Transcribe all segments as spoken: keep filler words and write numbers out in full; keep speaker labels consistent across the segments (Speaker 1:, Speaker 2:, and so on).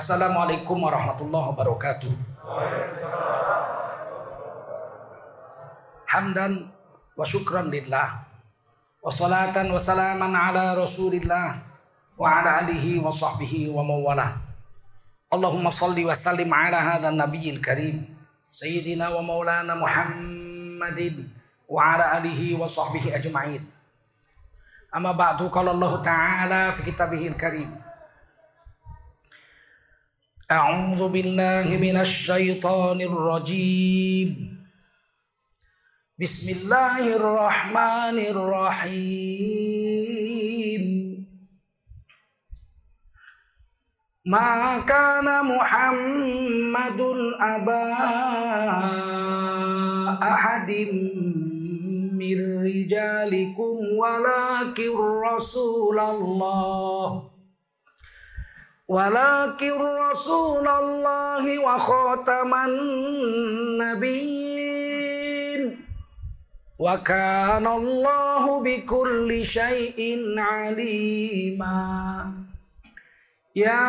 Speaker 1: Assalamualaikum warahmatullahi wabarakatuh. Hamdan wa syukran lillah, wa salatan wa salaman ala rasulillah wa ala alihi wa sahbihi wa mawalah. Allahumma salli wa sallim ala hadha nabiyil karim sayyidina wa maulana Muhammadin wa ala alihi wa sahbihi ajma'in. Amma ba'du, qala Allah ta'ala fi kitabihil karim. A'udzu billahi minasy syaithanir rajim. Bismillahirrahmanirrahim. Ma kana Muhammadun aba ahadin min rijalikum walakin Rasulullah walakin Rasulullah wa khataman nabiyyin wa kana Allahu bikulli syai'in alima. Ya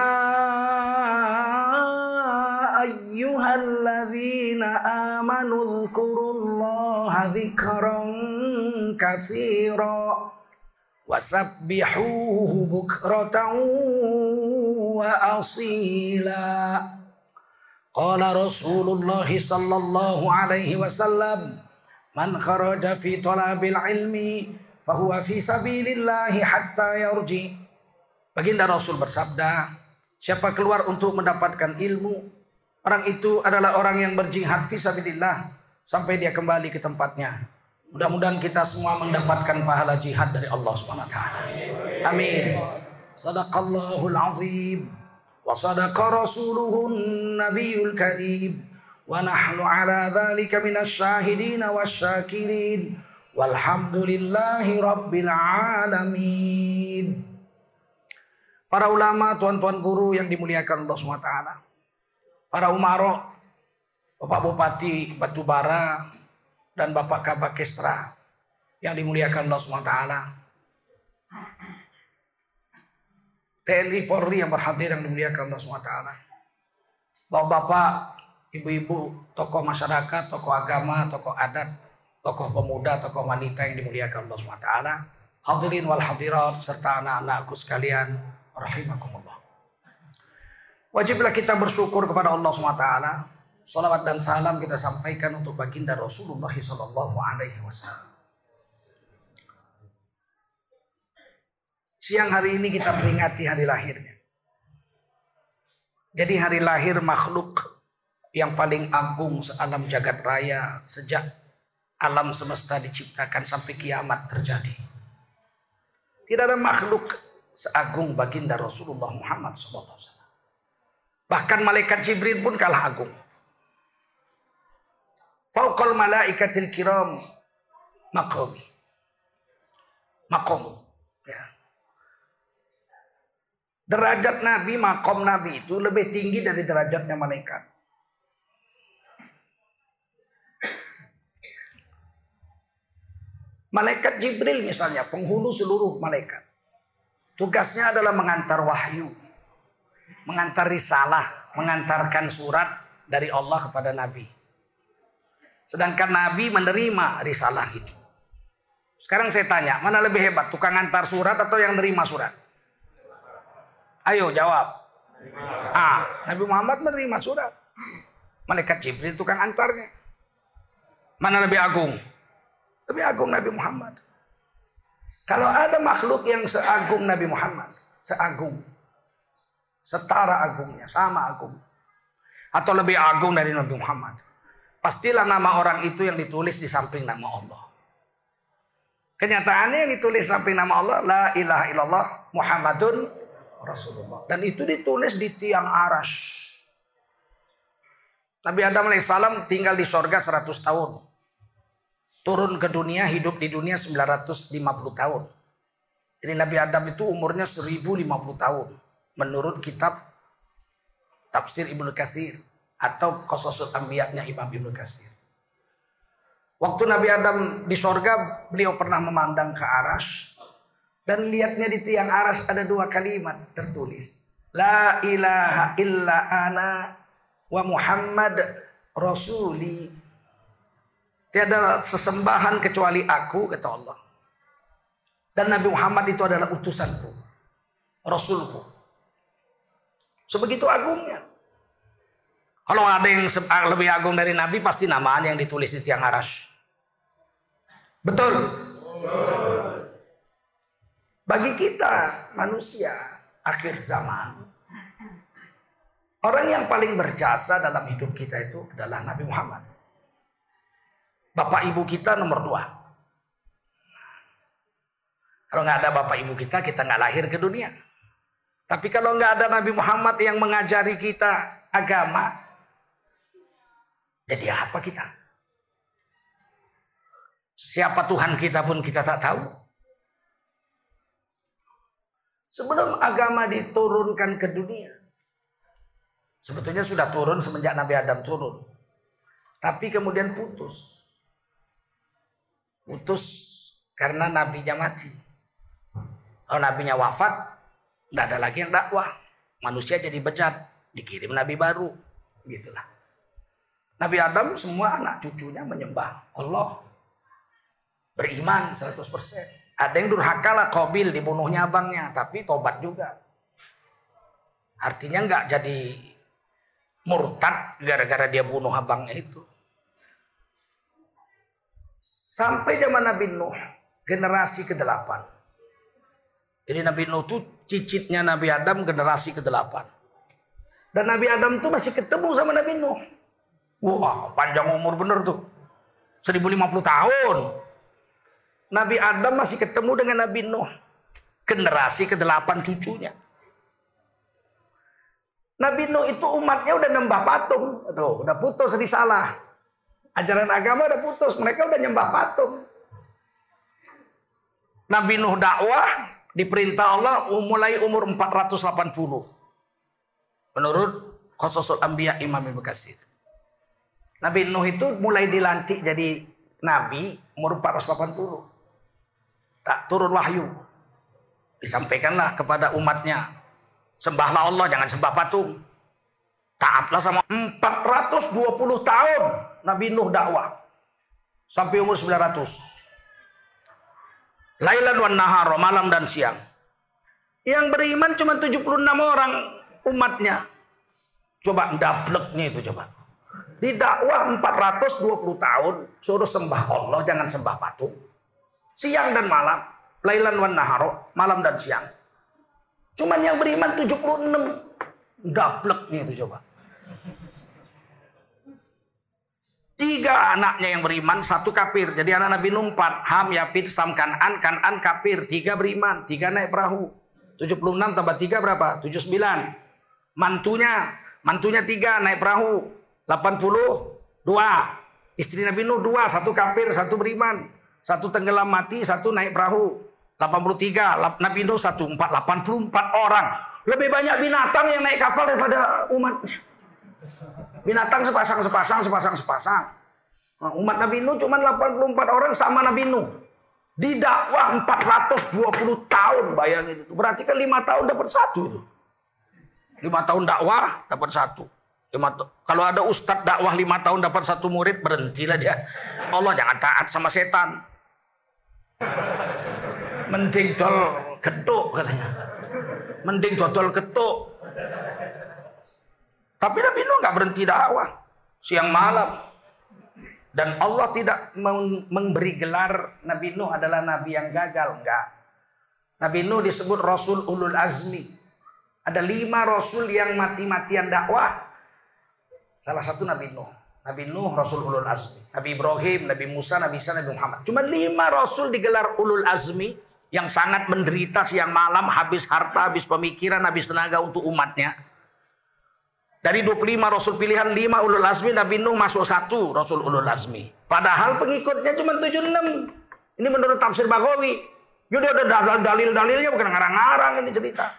Speaker 1: ayyuhalladzina amanu dzkurullaha dzikran katsira wasabbihuhu bukratan wa asila. Qala Rasulullah sallallahu alaihi wasallam, man kharaja fi talabil ilmi fahuwa fi sabilillahi hatta yarji. Baginda Rasul bersabda, siapa keluar untuk mendapatkan ilmu, orang itu adalah orang yang berjihad fi sabilillah sampai dia kembali ke tempatnya. Mudah-mudahan kita semua mendapatkan pahala jihad dari Allah Subhanahu wa taala. Amin. Shadaqallahul azim wa sadaqa rasuluhun nabiyul karim wa nahnu ala dzalika minasy syahidin wasyakirin walhamdulillahi rabbil alamin. Para ulama, tuan-tuan guru yang dimuliakan Allah subhanahu wa taala, para umaro, bapak bupati Batubara dan bapak kabak Kestra yang dimuliakan Allah subhanahu wa taala, T N I Polri yang berhadir yang dimuliakan Allah subhanahu wa taala, bapak-bapak, ibu-ibu, tokoh masyarakat, tokoh agama, tokoh adat, tokoh pemuda, tokoh wanita yang dimuliakan Allah subhanahu wa taala, hadirin wal hadirat serta anak-anakku sekalian, rahimakumullah. Wajiblah kita bersyukur kepada Allah subhanahu wa taala. Salawat dan salam kita sampaikan untuk baginda Rasulullah sallallahu alaihi wasallam. Siang hari ini kita peringati hari lahirnya. Jadi hari lahir makhluk yang paling agung sealam jagat raya sejak alam semesta diciptakan sampai kiamat terjadi. Tidak ada makhluk seagung baginda Rasulullah Muhammad sallallahu alaihi wasallam. Bahkan malaikat Jibril pun kalah agung. Fauqal malaikatil kiram maqami. Maqam. Ya. Derajat Nabi, maqam Nabi itu lebih tinggi dari derajatnya malaikat. Malaikat Jibril misalnya, penghulu seluruh malaikat. Tugasnya adalah mengantar wahyu, mengantar risalah, mengantarkan surat dari Allah kepada Nabi. Sedangkan Nabi menerima risalah itu. Sekarang saya tanya, mana lebih hebat, tukang antar surat atau yang menerima surat? Ayo jawab. Ah, Nabi Muhammad menerima surat. Malaikat Jibril tukang antarnya. Mana lebih agung? Lebih agung Nabi Muhammad. Kalau ada makhluk yang seagung Nabi Muhammad, seagung, setara agungnya, sama agung, atau lebih agung dari Nabi Muhammad, pastilah nama orang itu yang ditulis di samping nama Allah. Kenyataannya yang ditulis samping nama Allah, la ilaha illallah Muhammadun Rasulullah. Dan itu ditulis di tiang arash. Nabi Adam alaihissalam tinggal di sorga seratus tahun. Turun ke dunia, hidup di dunia sembilan ratus lima puluh tahun. Jadi Nabi Adam itu umurnya seribu lima puluh tahun. Menurut kitab Tafsir Ibnu Katsir atau Qasasul Anbiya-nya Imam Ibnu Katsir. Waktu Nabi Adam di sorga, beliau pernah memandang ke aras. Dan lihatnya di tiang aras ada dua kalimat tertulis. La ilaha illa ana wa Muhammad rasuli. Tiada sesembahan kecuali aku, kata Allah. Dan Nabi Muhammad itu adalah utusanku, rasulku. Sebegitu agungnya. Kalau ada yang lebih agung dari Nabi, pasti namanya yang ditulis di tiang arasy. Betul? Bagi kita manusia akhir zaman, orang yang paling berjasa dalam hidup kita itu adalah Nabi Muhammad. Bapak ibu kita nomor dua. Kalau nggak ada bapak ibu kita, kita nggak lahir ke dunia. Tapi kalau nggak ada Nabi Muhammad yang mengajari kita agama, jadi apa kita? Siapa Tuhan kita pun kita tak tahu. Sebelum agama diturunkan ke dunia, sebetulnya sudah turun semenjak Nabi Adam turun. Tapi kemudian putus. Putus karena nabinya mati. Kalau nabinya wafat, tidak ada lagi yang dakwah. Manusia jadi bejat, dikirim nabi baru. Gitulah. Nabi Adam semua anak cucunya menyembah Allah. Beriman seratus persen. Ada yang durhaka lah, Qabil dibunuhnya abangnya, tapi tobat juga. Artinya nggak jadi murtad gara-gara dia bunuh abangnya itu. Sampai zaman Nabi Nuh, generasi kedelapan. Jadi Nabi Nuh itu cicitnya Nabi Adam, generasi kedelapan. Dan Nabi Adam tuh masih ketemu sama Nabi Nuh. Wah, panjang umur bener tuh. seribu lima puluh tahun. Nabi Adam masih ketemu dengan Nabi Nuh. Generasi kedelapan cucunya. Nabi Nuh itu umatnya udah nyembah patung. Tuh, udah putus risalah. Ajaran agama udah putus. Mereka udah nyembah patung. Nabi Nuh dakwah, diperintah Allah mulai umur empat ratus delapan puluh. Menurut Qasasul Anbiya Imam Ibnu Katsir. Nabi Nuh itu mulai dilantik jadi nabi umur empat ratus delapan puluh. Tak turun wahyu. Disampaikanlah kepada umatnya. Sembahlah Allah, jangan sembah patung. Taatlah sama empat ratus dua puluh tahun Nabi Nuh dakwah. Sampai umur sembilan ratus. Lailan wan nahar, malam dan siang. Yang beriman cuma tujuh puluh enam orang umatnya. Coba ndableknya itu coba. Didakwah empat ratus dua puluh tahun, suruh sembah Allah, jangan sembah patung. Siang dan malam, lailan wan nahar, malam dan siang. Cuman yang beriman tujuh puluh enam. Ndableknya itu coba. Tiga anaknya yang beriman, satu kafir. Jadi anak Nabi Nuh empat, Ham, Yafid, Sam, Kan'an. Kan'an kafir, tiga beriman, tiga naik perahu. tujuh puluh enam tambah tiga berapa? tujuh puluh sembilan. Mantunya, mantunya tiga naik perahu. delapan puluh dua. Istri Nabi Nuh dua, satu kafir, satu beriman. Satu tenggelam mati, satu naik perahu. delapan puluh tiga, Nabi Nuh satu, empat, delapan puluh empat orang. Lebih banyak binatang yang naik kapal daripada umatnya. Binatang sepasang, sepasang, sepasang, sepasang. Nah, umat Nabi Nuh cuma delapan puluh empat orang sama Nabi Nuh. Didakwah empat ratus dua puluh tahun, bayangin itu. Berarti kan lima tahun dapat satu itu. lima tahun dakwah dapat satu. Kalau ada ustadz dakwah lima tahun dapat satu murid, berhentilah dia. Allah jangan taat sama setan. Mending jol getuk katanya. Mending jodol getuk. Tapi Nabi Nuh nggak berhenti dakwah siang malam. Dan Allah tidak memberi gelar Nabi Nuh adalah Nabi yang gagal. Enggak. Nabi Nuh disebut Rasul Ulul Azmi. Ada lima Rasul yang mati-matian dakwah. Salah satu Nabi Nuh. Nabi Nuh Rasul Ulul Azmi. Nabi Ibrahim, Nabi Musa, Nabi Isa, Nabi Muhammad. Cuma lima Rasul digelar Ulul Azmi. Yang sangat menderita siang malam. Habis harta, habis pemikiran, habis tenaga untuk umatnya. Dari dua puluh lima Rasul pilihan, lima Ulul Azmi, Nabi Nuh masuk satu Rasul Ulul Azmi. Padahal pengikutnya cuma tujuh puluh enam. Ini menurut tafsir Baghawi. Jadi ada dalil-dalilnya, bukan ngarang-ngarang ini cerita.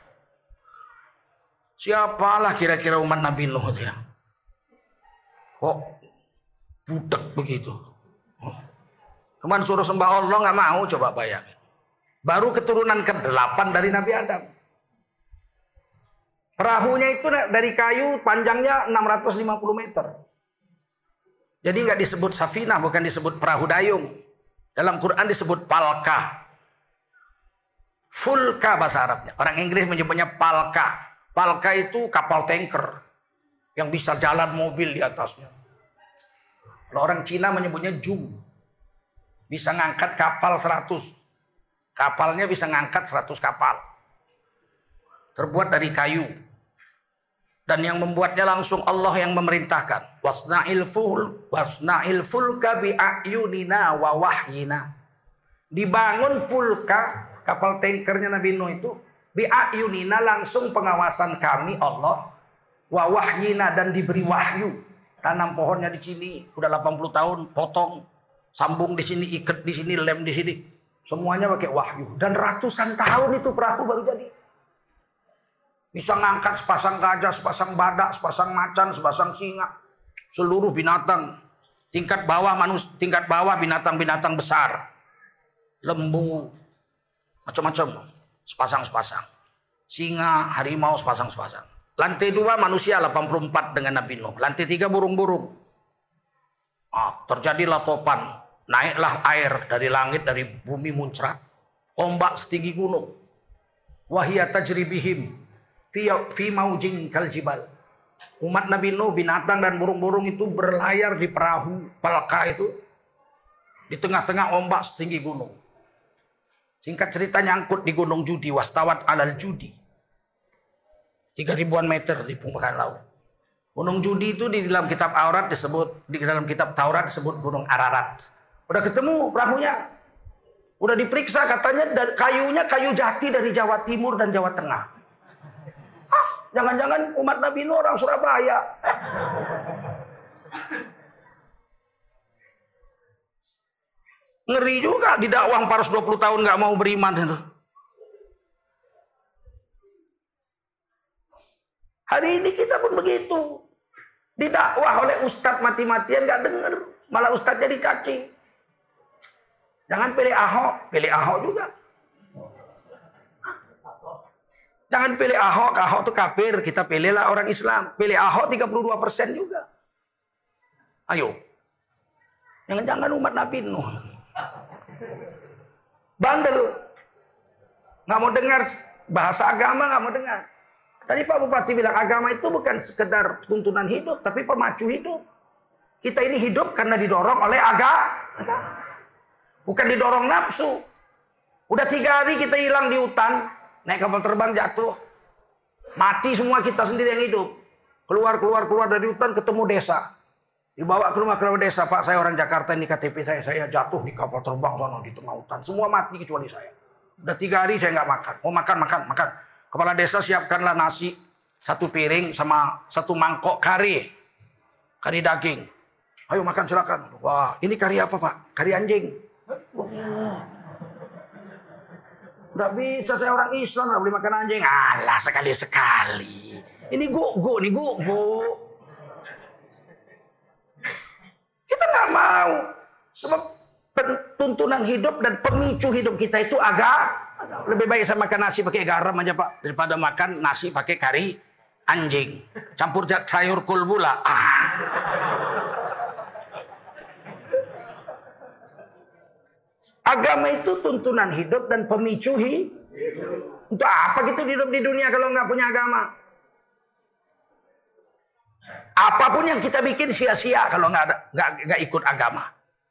Speaker 1: Siapalah kira-kira umat Nabi Nuh itu ya? Kok budak begitu? Oh. Kemarin suruh sembah Allah nggak mau, coba bayangin. Baru keturunan kedelapan dari Nabi Adam. Perahunya itu dari kayu, panjangnya enam ratus lima puluh meter. Jadi nggak disebut safinah, bukan disebut perahu dayung. Dalam Quran disebut palka. Fulka bahasa Arabnya. Orang Inggris menyebutnya palka. Palka itu kapal tanker yang bisa jalan mobil di atasnya. Kalau orang Cina menyebutnya jung. Bisa ngangkat kapal seratus. Kapalnya bisa ngangkat seratus kapal. Terbuat dari kayu. Dan yang membuatnya langsung Allah yang memerintahkan. Wasna'il ful wasna'il fulka bi a'yunina wa wahyina. Dibangun fulka, kapal tankernya Nabi Nuh itu, bi a'yunina, langsung pengawasan kami Allah, wa wahyina, dan diberi wahyu. Tanam pohonnya di sini, udah delapan puluh tahun, potong, sambung di sini, ikat di sini, lem di sini. Semuanya pakai wahyu. Dan ratusan tahun itu perahu baru jadi. Bisa ngangkat sepasang gajah, sepasang badak, sepasang macan, sepasang singa. Seluruh binatang. Tingkat bawah manusia, tingkat bawah binatang-binatang besar. Lembu, macam-macam. Sepasang-sepasang. Singa, harimau, sepasang-sepasang. Lantai dua manusia delapan puluh empat dengan Nabi Nuh. Lantai tiga burung-burung. Ah, terjadilah topan. Naiklah air dari langit, dari bumi muncrat. Ombak setinggi gunung. Wahia tajri bihim fi maujin kal jibal. Umat Nabi Nuh, binatang dan burung-burung itu berlayar di perahu palka itu di tengah-tengah ombak setinggi gunung. Singkat cerita, nyangkut di gunung Judi, wastawat alal Judi. Tiga ribuan meter di permukaan laut. Gunung Judi itu di dalam kitab Taurat disebut, di dalam kitab Taurat disebut Gunung Ararat. Udah ketemu perahunya. Udah diperiksa, katanya kayunya kayu jati dari Jawa Timur dan Jawa Tengah. Ah, jangan-jangan umat Nabi Nuh orang Surabaya. Ngeri juga didakwa empat ratus dua puluh tahun nggak mau beriman itu. Hari ini kita pun begitu. Didakwah oleh ustadz mati-matian nggak denger, malah ustadznya dicaci. Jangan pilih Ahok, pilih Ahok juga. Jangan pilih Ahok, Ahok itu kafir, kita pilihlah orang Islam. Pilih Ahok tiga puluh dua persen juga. Ayo. Jangan-jangan umat Nabi Nuh. Bandel. Nggak mau dengar bahasa agama, nggak mau dengar. Tadi Pak Bupati bilang agama itu bukan sekedar tuntunan hidup, tapi pemacu hidup. Kita ini hidup karena didorong oleh agama. Bukan didorong nafsu. Udah tiga hari kita hilang di hutan, naik kapal terbang jatuh. Mati semua kita sendiri yang hidup. Keluar, keluar, keluar dari hutan ketemu desa. Dibawa ke rumah ke rumah desa, Pak saya orang Jakarta, ini K T P saya, saya jatuh di kapal terbang sana di tengah hutan. Semua mati kecuali saya. Udah tiga hari saya nggak makan. Mau makan, makan, makan. Kepala desa siapkanlah nasi, satu piring sama satu mangkok kari. Kari daging. Ayo makan silakan. Wah ini kari apa Pak? Kari anjing. Oh. Nggak bisa, saya orang Islam nggak boleh makan anjing. Alah sekali-sekali. Ini go-go nih, go-go. Kita nggak mau. Sebab tuntunan hidup dan pemicu hidup kita itu agak lebih baik saya makan nasi pakai garam aja Pak, daripada makan nasi pakai kari anjing. Campur sayur kulbula. Ah. Agama itu tuntunan hidup dan pemicu hidup. Untuk apa gitu hidup di dunia kalau nggak punya agama? Apapun yang kita bikin sia-sia kalau nggak ada nggak nggak ikut agama.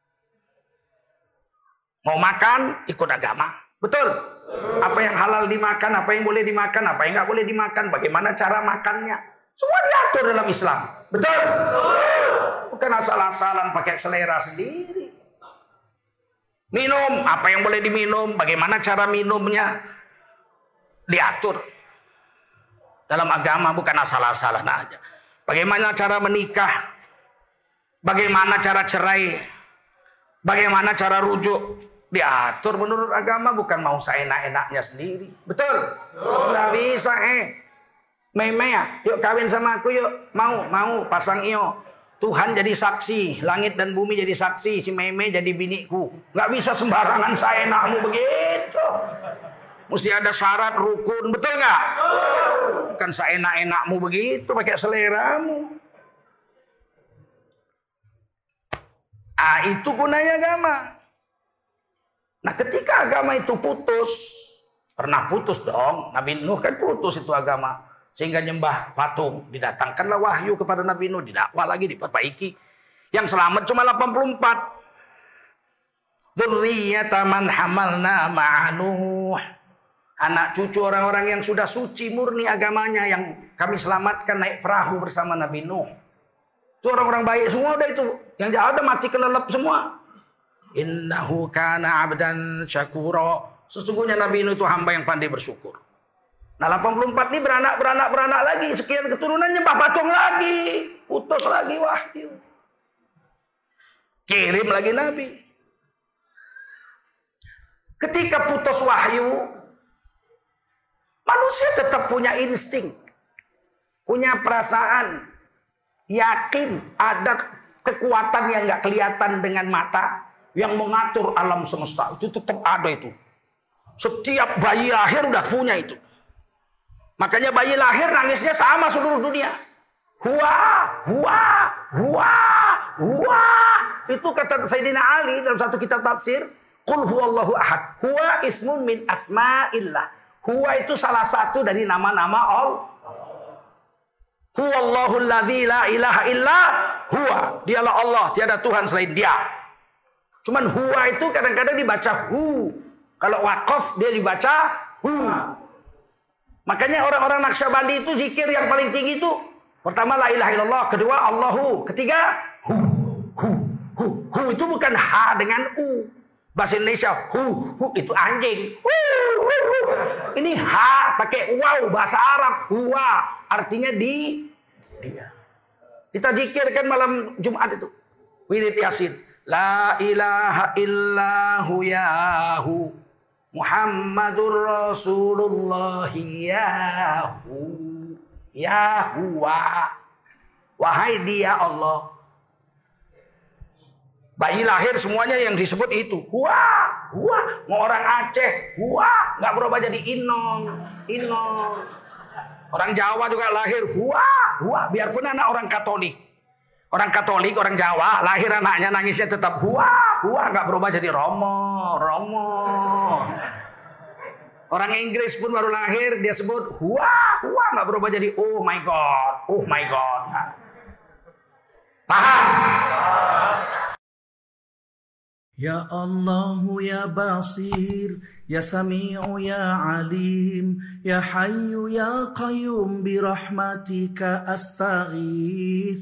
Speaker 1: Mau makan ikut agama, betul? Apa yang halal dimakan, apa yang boleh dimakan, apa yang nggak boleh dimakan, bagaimana cara makannya, semua diatur dalam Islam, betul? Bukan asal-asalan pakai selera sendiri. Minum, apa yang boleh diminum, bagaimana cara minumnya, diatur dalam agama, bukan asal-asalan aja. Bagaimana cara menikah, bagaimana cara cerai, bagaimana cara rujuk, diatur menurut agama, bukan mau seenak-enaknya sendiri. Betul? Nggak bisa eh. Meme ya, yuk kawin sama aku yuk. Mau, mau pasang iyo. Tuhan jadi saksi, langit dan bumi jadi saksi, si Meme jadi biniku. Nggak bisa sembarangan seenakmu begitu. Mesti ada syarat rukun, betul nggak? Bukan seenak-enakmu begitu, pakai seleramu. Ah, itu gunanya agama. Nah, ketika agama itu putus, pernah putus dong. Nabi Nuh kan putus itu agama. Sehingga nyembah patung. Didatangkanlah wahyu kepada Nabi Nuh. Didakwa lagi, diperbaiki. Yang selamat cuma delapan puluh empat. Dzurriyyata man hamalna ma'anuh. Anak cucu orang-orang yang sudah suci murni agamanya. Yang kami selamatkan naik perahu bersama Nabi Nuh. Itu orang-orang baik semua udah itu. Yang jahat udah mati kelelep semua. Innahu kana abdan syakura. Sesungguhnya Nabi Nuh itu hamba yang pandai bersyukur. Nah, delapan puluh empat ini beranak, beranak, beranak lagi. Sekian keturunan nyembah patung lagi. Putus lagi wahyu. Kirim lagi Nabi. Ketika putus wahyu, manusia tetap punya insting. Punya perasaan. Yakin ada kekuatan yang gak kelihatan dengan mata. Yang mengatur alam semesta. Itu tetap ada itu. Setiap bayi lahir udah punya itu. Makanya bayi lahir nangisnya sama seluruh dunia. Hua, hua, hua, hua. Itu kata Sayyidina Ali dalam satu kitab tafsir. Qul huwallahu ahad. Huwa ismun min asma'illah. Huwa itu salah satu dari nama-nama Allah. Huwallahu alladzi la ilaha illa huwa. Dialah Allah, tiada Tuhan selain Dia. Cuman huwa itu kadang-kadang dibaca hu. Kalau waqaf dia dibaca hu. Makanya orang-orang Naqsyabandi itu zikir yang paling tinggi itu pertama la ilaha illallah, kedua Allahu, ketiga hu. Hu, hu, hu itu bukan ha dengan u. Bahasa Indonesia hu, hu itu anjing. Hu, hu, hu. Ini ha pakai waw, bahasa Arab huwa artinya di dia. Kita zikirkan malam Jumat itu. Wirid Yasin. La ilaha illahu yahu Muhammadur Rasulullah yahu Yahuwa. Wahai Dia Allah. Bayi lahir semuanya yang disebut itu. Huwa, huwa. Mau orang Aceh, huwa. Nggak berubah jadi inong, inong. Orang Jawa juga lahir, huwa, huwa. Biarpun anak orang Katolik. Orang Katolik, orang Jawa, lahir anaknya nangisnya tetap huwa, huwa. Nggak berubah jadi Romo, Romo. Orang Inggris pun baru lahir, dia sebut huwa, huwa. Nggak berubah jadi oh my God, oh my God. Paham?
Speaker 2: Ya Allah ya Basir, ya Sami'u ya Alim, ya Hayyu ya Qayyum bi rahmatika astaghith.